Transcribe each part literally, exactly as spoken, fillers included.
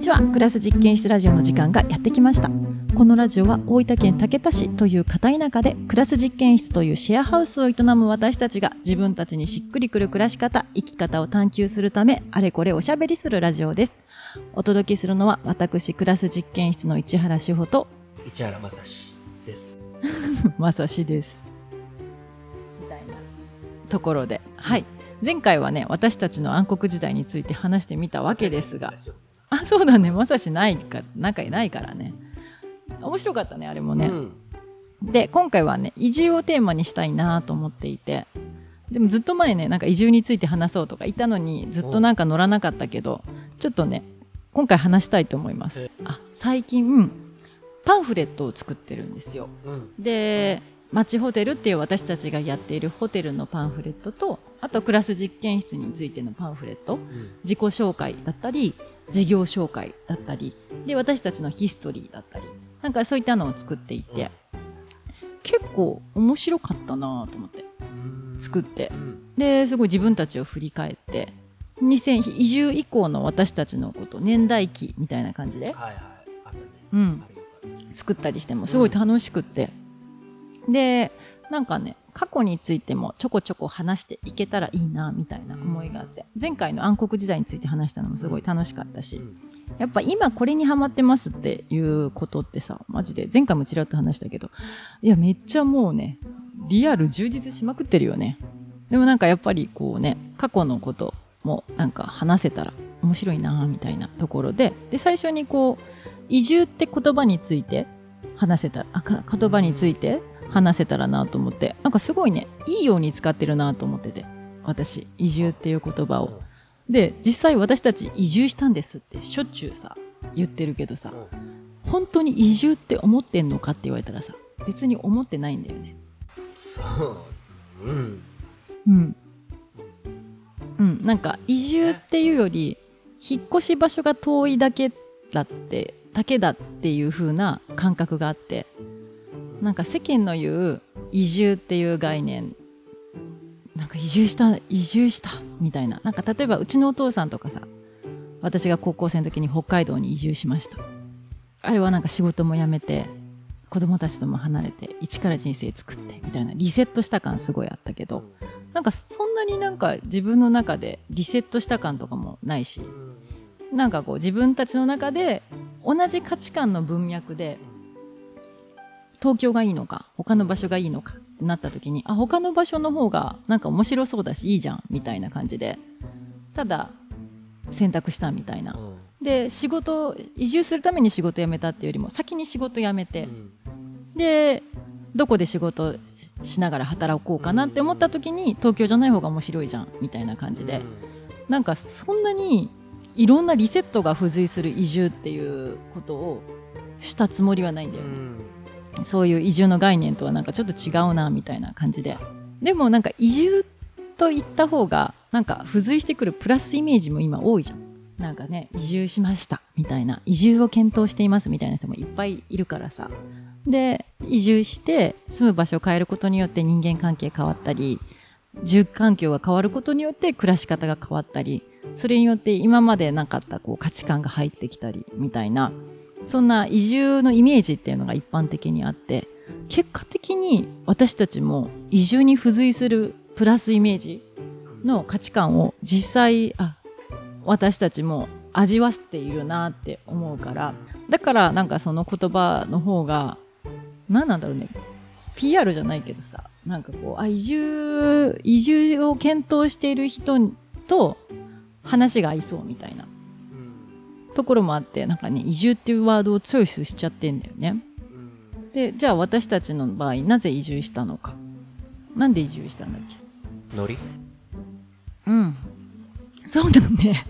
ちは。クラス実験室ラジオの時間がやってきました。このラジオは大分県竹田市という片田舎でクラス実験室というシェアハウスを営む私たちが自分たちにしっくりくる暮らし方、生き方を探求するためあれこれおしゃべりするラジオです。お届けするのは私クラス実験室の市原志保と市原正史です正史ですみたいなところで、はい、前回はね私たちの暗黒時代について話してみたわけですが、あ、そうだね、正史ないか仲ないからね、面白かったねあれもね、うん、で今回はね移住をテーマにしたいなと思っていて、でもずっと前ねなんか移住について話そうとか言ったのにずっとなんか乗らなかったけど、ちょっとね今回話したいと思います。あ、最近パンフレットを作ってるんですよ、うん、で町ホテルっていう私たちがやっているホテルのパンフレットと、あとクラス実験室についてのパンフレット、うん、自己紹介だったり事業紹介だったりで私たちのヒストリーだったりなんかそういったのを作っていて、うん、結構面白かったなと思って作って、うん、ですごい自分たちを振り返ってにせん移住以降の私たちのこと年代記みたいな感じで、はいはい、あったね、うん、作ったりしてもすごい楽しくって、うん、でなんかね過去についてもちょこちょこ話していけたらいいなみたいな思いがあって、前回の暗黒時代について話したのもすごい楽しかったし、やっぱ今これにハマってますっていうことってさ、マジで前回もちらっと話したけど、いやめっちゃもうねリアル充実しまくってるよね。でもなんかやっぱりこうね過去のこともなんか話せたら面白いなみたいなところで、で最初にこう移住って言葉について話せたら、あ言葉について話せたらなと思って、なんかすごいねいいように使ってるなと思ってて、私移住っていう言葉を。で実際私たち移住したんですってしょっちゅうさ言ってるけどさ、本当に移住って思ってんのかって言われたらさ別に思ってないんだよね。そううんうんうん、なんか移住っていうより引っ越し場所が遠いだけだってだけだっていう風な感覚があって、なんか世間の言う移住っていう概念、なんか移住した移住したみたいな、なんか例えばうちのお父さんとかさ、私が高校生の時に北海道に移住しました。あれはなんか仕事も辞めて子供たちとも離れて一から人生作ってみたいなリセットした感すごいあったけど、なんかそんなになんか自分の中でリセットした感とかもないし、なんかこう自分たちの中で同じ価値観の文脈で東京がいいのか他の場所がいいのかってなった時に、あ他の場所の方がなんか面白そうだしいいじゃんみたいな感じでただ選択したみたいな。で仕事移住するために仕事辞めたっていうよりも先に仕事辞めて、でどこで仕事しながら働こうかなって思った時に東京じゃない方が面白いじゃんみたいな感じで、なんかそんなにいろんなリセットが付随する移住っていうことをしたつもりはないんだよね、うん、そういう移住の概念とはなんかちょっと違うなみたいな感じで、でもなんか移住と言った方がなんか付随してくるプラスイメージも今多いじゃん。なんかね移住しましたみたいな、移住を検討していますみたいな人もいっぱいいるからさ、で移住して住む場所を変えることによって人間関係変わったり住環境が変わることによって暮らし方が変わったり、それによって今までなかったこう価値観が入ってきたりみたいな、そんな移住のイメージっていうのが一般的にあって、結果的に私たちも移住に付随するプラスイメージの価値観を実際あ私たちも味わっているなって思うから、だからなんかその言葉の方が何なんだろうね、 ピーアール じゃないけどさ、なんかこうあ移住移住を検討している人と話が合いそうみたいなところもあって、なんかね移住っていうワードをチョイスしちゃってんだよね。でじゃあ私たちの場合なぜ移住したのか、なんで移住したんだっけ。 ノリ。 うんそうだね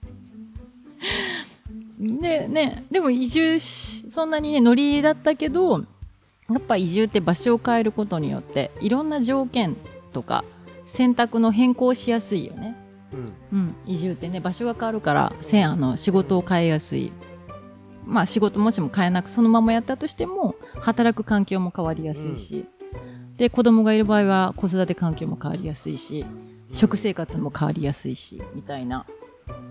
でね、でも移住しそんなにねノリだったけど、やっぱ移住って場所を変えることによっていろんな条件とか選択の変更しやすいよね、うんうん、移住ってね場所が変わるからせんあの仕事を変えやすい、まあ仕事もしも変えなくそのままやったとしても働く環境も変わりやすいし、うん、で子供がいる場合は子育て環境も変わりやすいし食生活も変わりやすいしみたいな、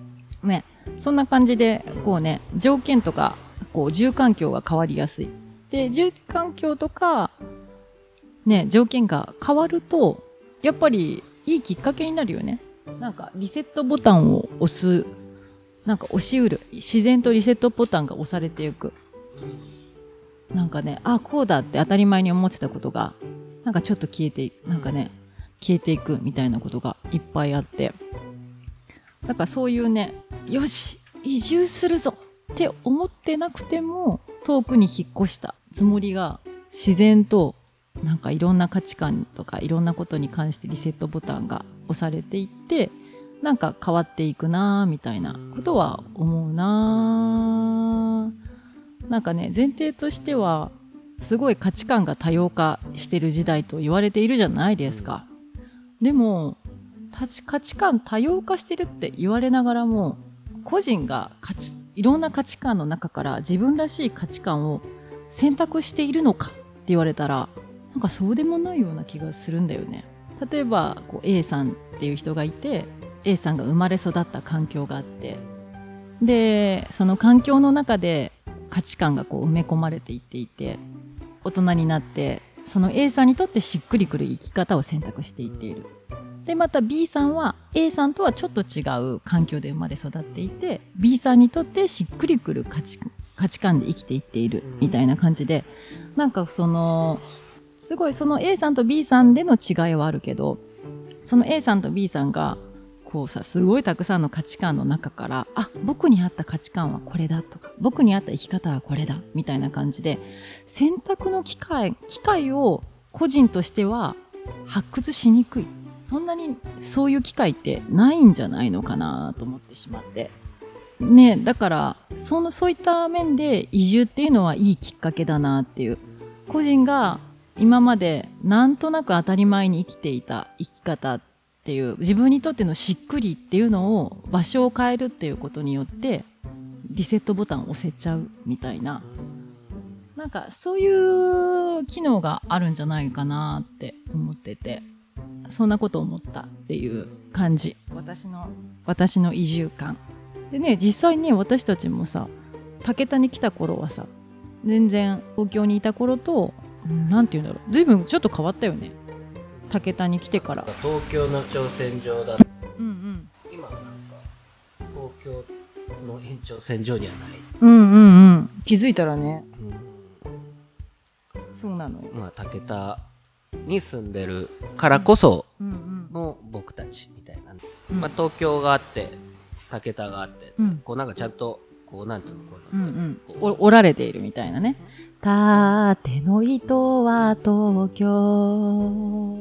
ね、そんな感じでこうね条件とかこう住環境が変わりやすいで住環境とかね条件が変わるとやっぱりいいきっかけになるよね。なんかリセットボタンを押すなんか押しうる自然とリセットボタンが押されていく。なんかねあこうだって当たり前に思ってたことがなんかちょっと消えてなんかね消えていくみたいなことがいっぱいあってだからそういうねよし移住するぞって思ってなくても遠くに引っ越したつもりが自然となんかいろんな価値観とかいろんなことに関してリセットボタンが押されていってなんか変わっていくなーみたいなことは思うなー。なんかね前提としてはすごい価値観が多様化してる時代と言われているじゃないですか。でも価値観多様化してるって言われながらも個人が価値いろんな価値観の中から自分らしい価値観を選択しているのかって言われたらなんかそうでもないような気がするんだよね。例えばこう A さんっていう人がいて A さんが生まれ育った環境があってでその環境の中で価値観がこう埋め込まれていっていて大人になってその A さんにとってしっくりくる生き方を選択していっている。でまた B さんは A さんとはちょっと違う環境で生まれ育っていて B さんにとってしっくりくる価値、価値観で生きていっているみたいな感じでなんかそのすごいその A さんと B さんでの違いはあるけどその A さんと B さんがこうさすごいたくさんの価値観の中からあ僕に合った価値観はこれだとか僕に合った生き方はこれだみたいな感じで選択の機会機会を個人としては発掘しにくいそんなにそういう機会ってないんじゃないのかなと思ってしまってね。だからそのそういった面で移住っていうのはいいきっかけだなっていう個人が今までなんとなく当たり前に生きていた生き方っていう自分にとってのしっくりっていうのを場所を変えるっていうことによってリセットボタンを押せちゃうみたいななんかそういう機能があるんじゃないかなって思っててそんなことを思ったっていう感じ私の私の移住感でね。実際ね私たちもさ竹田に来た頃はさ全然東京にいた頃となんていうんだろう随分ちょっと変わったよね竹田に来てから。 東京の挑戦状だうんうん今はなんか東京の延長線上にはない。 うんうんうん気づいたらね、うん、そうなのよ。 まあ竹田に住んでるからこその僕たちみたいな、うんまあ、東京があって竹田があって、うん、こうなんかちゃんとこうなんつうのこう、うんうん、 お折られているみたいなね。縦の糸は東京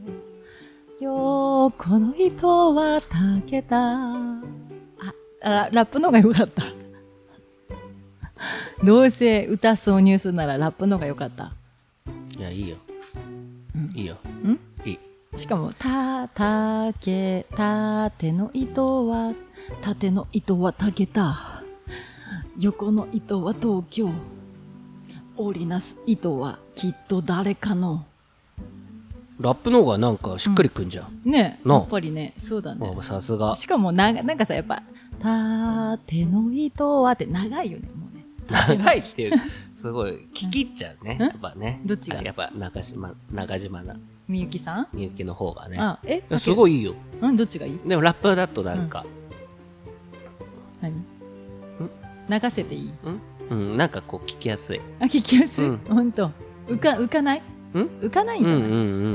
横の糸は竹田ああラップの方が良かったどうせ歌挿入するならラップの方が良かった。 いやいいよいいよんいい。しかもたたけ縦の糸は縦の糸は竹田横の糸は東京織りなす糸はきっと誰かの。 ラップの方がなんかしっくりくんじゃん、 うん、ねやっぱりねそうだね。 さすが。 しかもななんかさやっぱ縦の糸はって長いよねもうね。 長いっていうすごい聞き入っちゃうね、うん、やっぱね。 どっちがやっぱ中島中島なみゆきさんみゆきの方がね。 あえすごいいいよ。 うんどっちがいい。 でもラップだとなんか、 うん、何流せていいうんうん、なんかこう聞きやすい。 あ聞きやすい、うん、ほんと浮か浮かないん浮かないんじゃない、うんうんうんうん、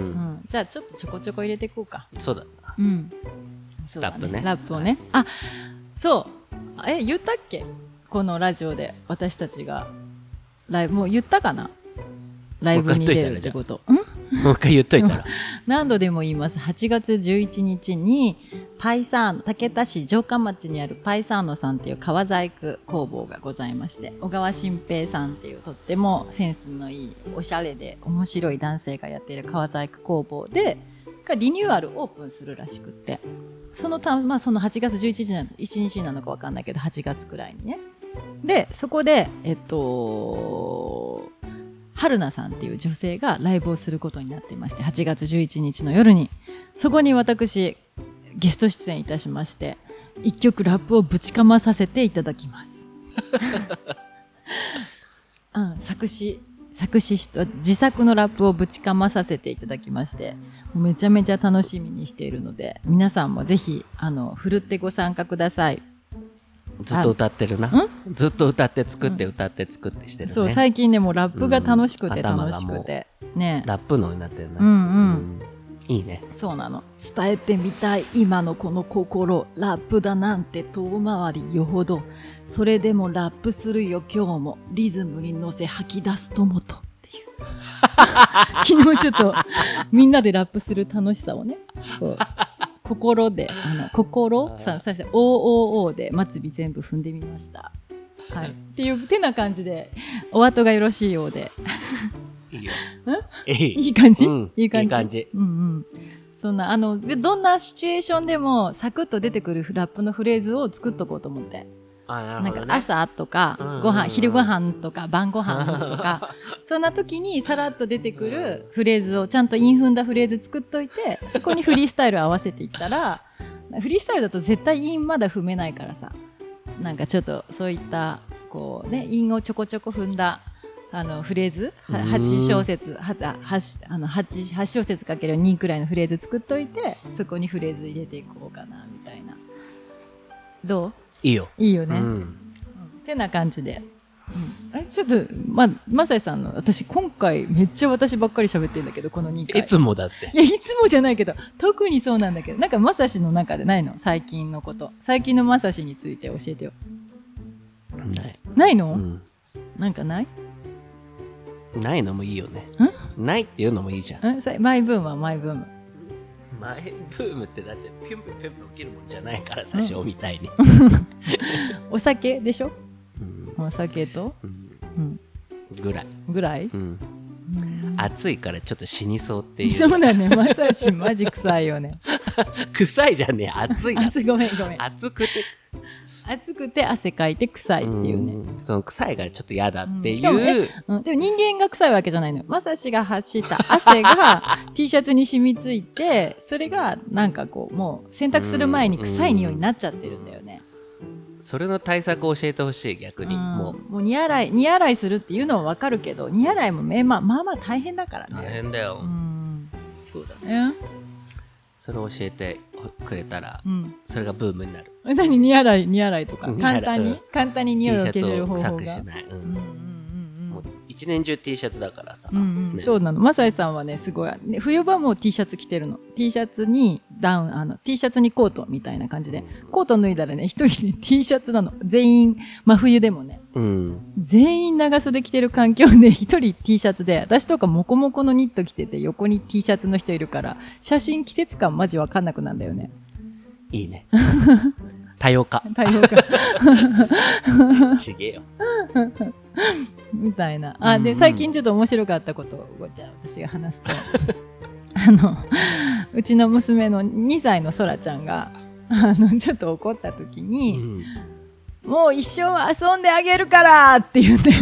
じゃあちょっとちょこちょこ入れていこうか。 そうだな、 うんそうだね、 ラップねラップをね、はい、あそうえ言ったっけこのラジオで私たちがライブもう言ったかなライブに出るってこと。 もう一回言っといたら何度でも言います。はちがつじゅういちにちにパイサーノ竹田市城下町にあるパイサーノさんっていう革細工工房がございまして小川新平さんっていうとってもセンスのいいおしゃれで面白い男性がやっている革細工工房でリニューアルオープンするらしくってそのた、まあ、そのはちがつじゅういちにちなのか分かんないけどはちがつくらいにねでそこでえっと春菜さんっていう女性がライブをすることになっていましてはちがつじゅういちにちの夜にそこに私ゲスト出演いたしまして一曲ラップをぶちかまさせていただきます、うん、作詞作詞し自作のラップをぶちかまさせていただきまして、めちゃめちゃ楽しみにしているので、皆さんもぜひあのふるってご参加ください。 ずっと歌ってるな。ずっと歌って作って歌って作ってしてるね。 そう、最近ねもうラップが楽しくて楽しくて、ね、 ラップのになってるな。 うんうん、うんいいね。 そうなの。伝えてみたい今のこの心、ラップだなんて遠回りよほど、それでもラップするよ今日も、リズムに乗せ吐き出すともとっていう昨日ちょっとみんなでラップする楽しさをね、こう心であの心さ最初 オーオーオー で末尾全部踏んでみました、はい、っていうてな感じでお後がよろしいようでいいよ。 いいいい感じ、うん、いい感じ。 いい感じ。 うんうん。そんなあのどんなシチュエーションでもサクッと出てくるラップのフレーズを作っとこうと思って。 あ、なるほどね。 なんか朝とか、うんうんうん、ご飯昼ご飯とか晩ご飯とかそんな時にさらっと出てくるフレーズをちゃんと韻踏んだフレーズ作っといて、そこにフリースタイル合わせていったらフリースタイルだと絶対韻まだ踏めないからさ、なんかちょっとそういったこうね韻をちょこちょこ踏んだあのフレーズはち小節 8, 8, あの 8, 8小節かけるにくらいのフレーズ作っといて、そこにフレーズ入れていこうかなみたいな。どう？ いいよ。 いいよね、 うんうん、てな感じで、うん、あれちょっとままさやさんの、私今回めっちゃ私ばっかり喋ってるんだけどこのにかい。 いつもだって。 いやいつもじゃないけど特にそうなんだけど、なんかまさしの中でないの？最近のこと、最近のまさしについて教えてよ。 ないないの、 うん、 なんかないないのもいいよね。ないっていうのもいいじゃん。 んマイブームはマイブーム。 マイブームってだってピュンピュンピュンピュン起きるもんじゃないからさ、ショーみたいにお酒でしょ、うん、お酒と、 うんうん、 ぐらいぐらい、 うん、暑いからちょっと死にそうっていう。 そうだね、まさしマジ臭いよね臭いじゃねえ、暑いだごめんごめん、 暑くて暑くて汗かいて臭いっていうね、 うん、その臭いからちょっと嫌だっていう、 うんうん、でも人間が臭いわけじゃないのよ。まさしが発した汗が T シャツに染みついて、それがなんかこうもう洗濯する前に臭い匂いになっちゃってるんだよね。 それの対策を教えてほしい、逆に。 うん、 もうもう煮洗い煮洗いするっていうのはわかるけど、煮洗いもめ、まあ、まあまあ大変だからね。 大変だよ、 うん、そうだね。 それを教えてくれたら、 うん、 それがブームになる。 何煮洗い煮洗いとか簡単に、 うん、 簡単に匂いを消せる方法が。 T シャツを臭くしない、うんうんうんうん、もう一年中 T シャツだからさ、 うんうんね、そうなの。まさやさんはねすごい、ね、冬場も T シャツ着てるの。 T シャツにダウン、あの T シャツにコートみたいな感じで、うん、コート脱いだらね一人ね T シャツなの。全員真冬でもね、うん、全員長袖着てる環境で一人 T シャツで、私とかモコモコのニット着てて横に T シャツの人いるから、写真季節感マジわかんなくなんだよね。 いいね多様化多様化ちげえよみたいな。あ、で最近ちょっと面白かったことをじゃあ私が話すとあのうちの娘のにさいのそらちゃんがあのちょっと怒った時に、うん、もう一生遊んであげるからって言って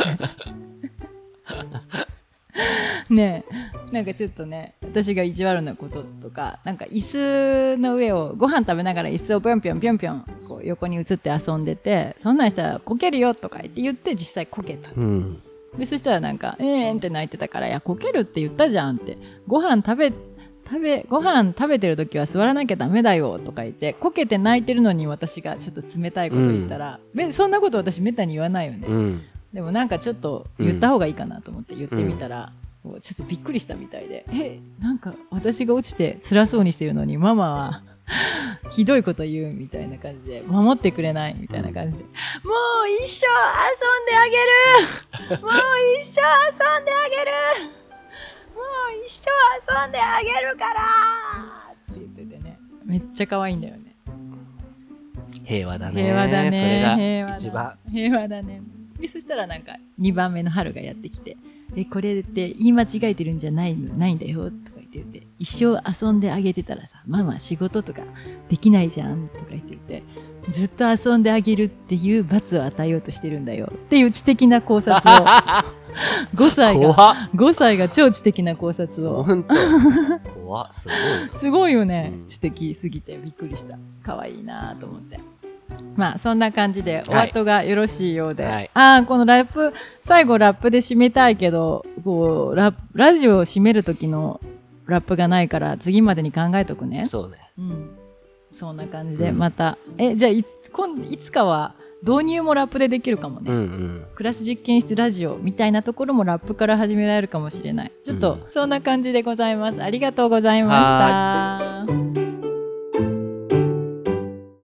ねえ、なんかちょっとね、私が意地悪なこととか、なんか椅子の上をご飯食べながら椅子をぴょんぴょんぴょんぴょんこう横に移って遊んでて、そんなんしたらこけるよとか言って言って実際こけた、うん、でそしたらなんかえーんって泣いてたから、いやこけるって言ったじゃんって、ご飯食べ食べご飯食べてる時は座らなきゃダメだよとか言って、こけて泣いてるのに私がちょっと冷たいこと言ったら、うん、そんなこと私めったに言わないよね、うん、でもなんかちょっと言った方がいいかなと思って言ってみたら、うん、ちょっとびっくりしたみたいで、えなんか私が落ちて辛そうにしてるのにママはひどいこと言うみたいな感じで、守ってくれないみたいな感じで、うん、もう一生遊んであげるもう一生遊んであげるもう一生遊んであげるからって言っててね、めっちゃ可愛いんだよね。 平和だね。 平和だね。 それが一番平和だね。でそしたらなんかにばんめの春がやってきて、えこれって言い間違えてるんじゃないのないんだよとか言って言って、一生遊んであげてたらさママ仕事とかできないじゃんとか言って言って、ずっと遊んであげるっていう罰を与えようとしてるんだよっていう知的な考察をごさい怖っがごさいが超知的な考察を本当怖っすごいなすごいよね、 うん、 知的すぎてびっくりした。可愛いなと思って。まあそんな感じでお後がよろしいようで、はい、あこのラップ最後ラップで締めたいけどこう ラ, ラジオを締める時のラップがないから次までに考えとくね。 そうね、 うん、そんな感じでまた、うん、えじゃあ い, 今いつかは導入もラップでできるかもね、うんうん、クラス実験室ラジオみたいなところもラップから始められるかもしれない。ちょっとそんな感じでございます。ありがとうございました。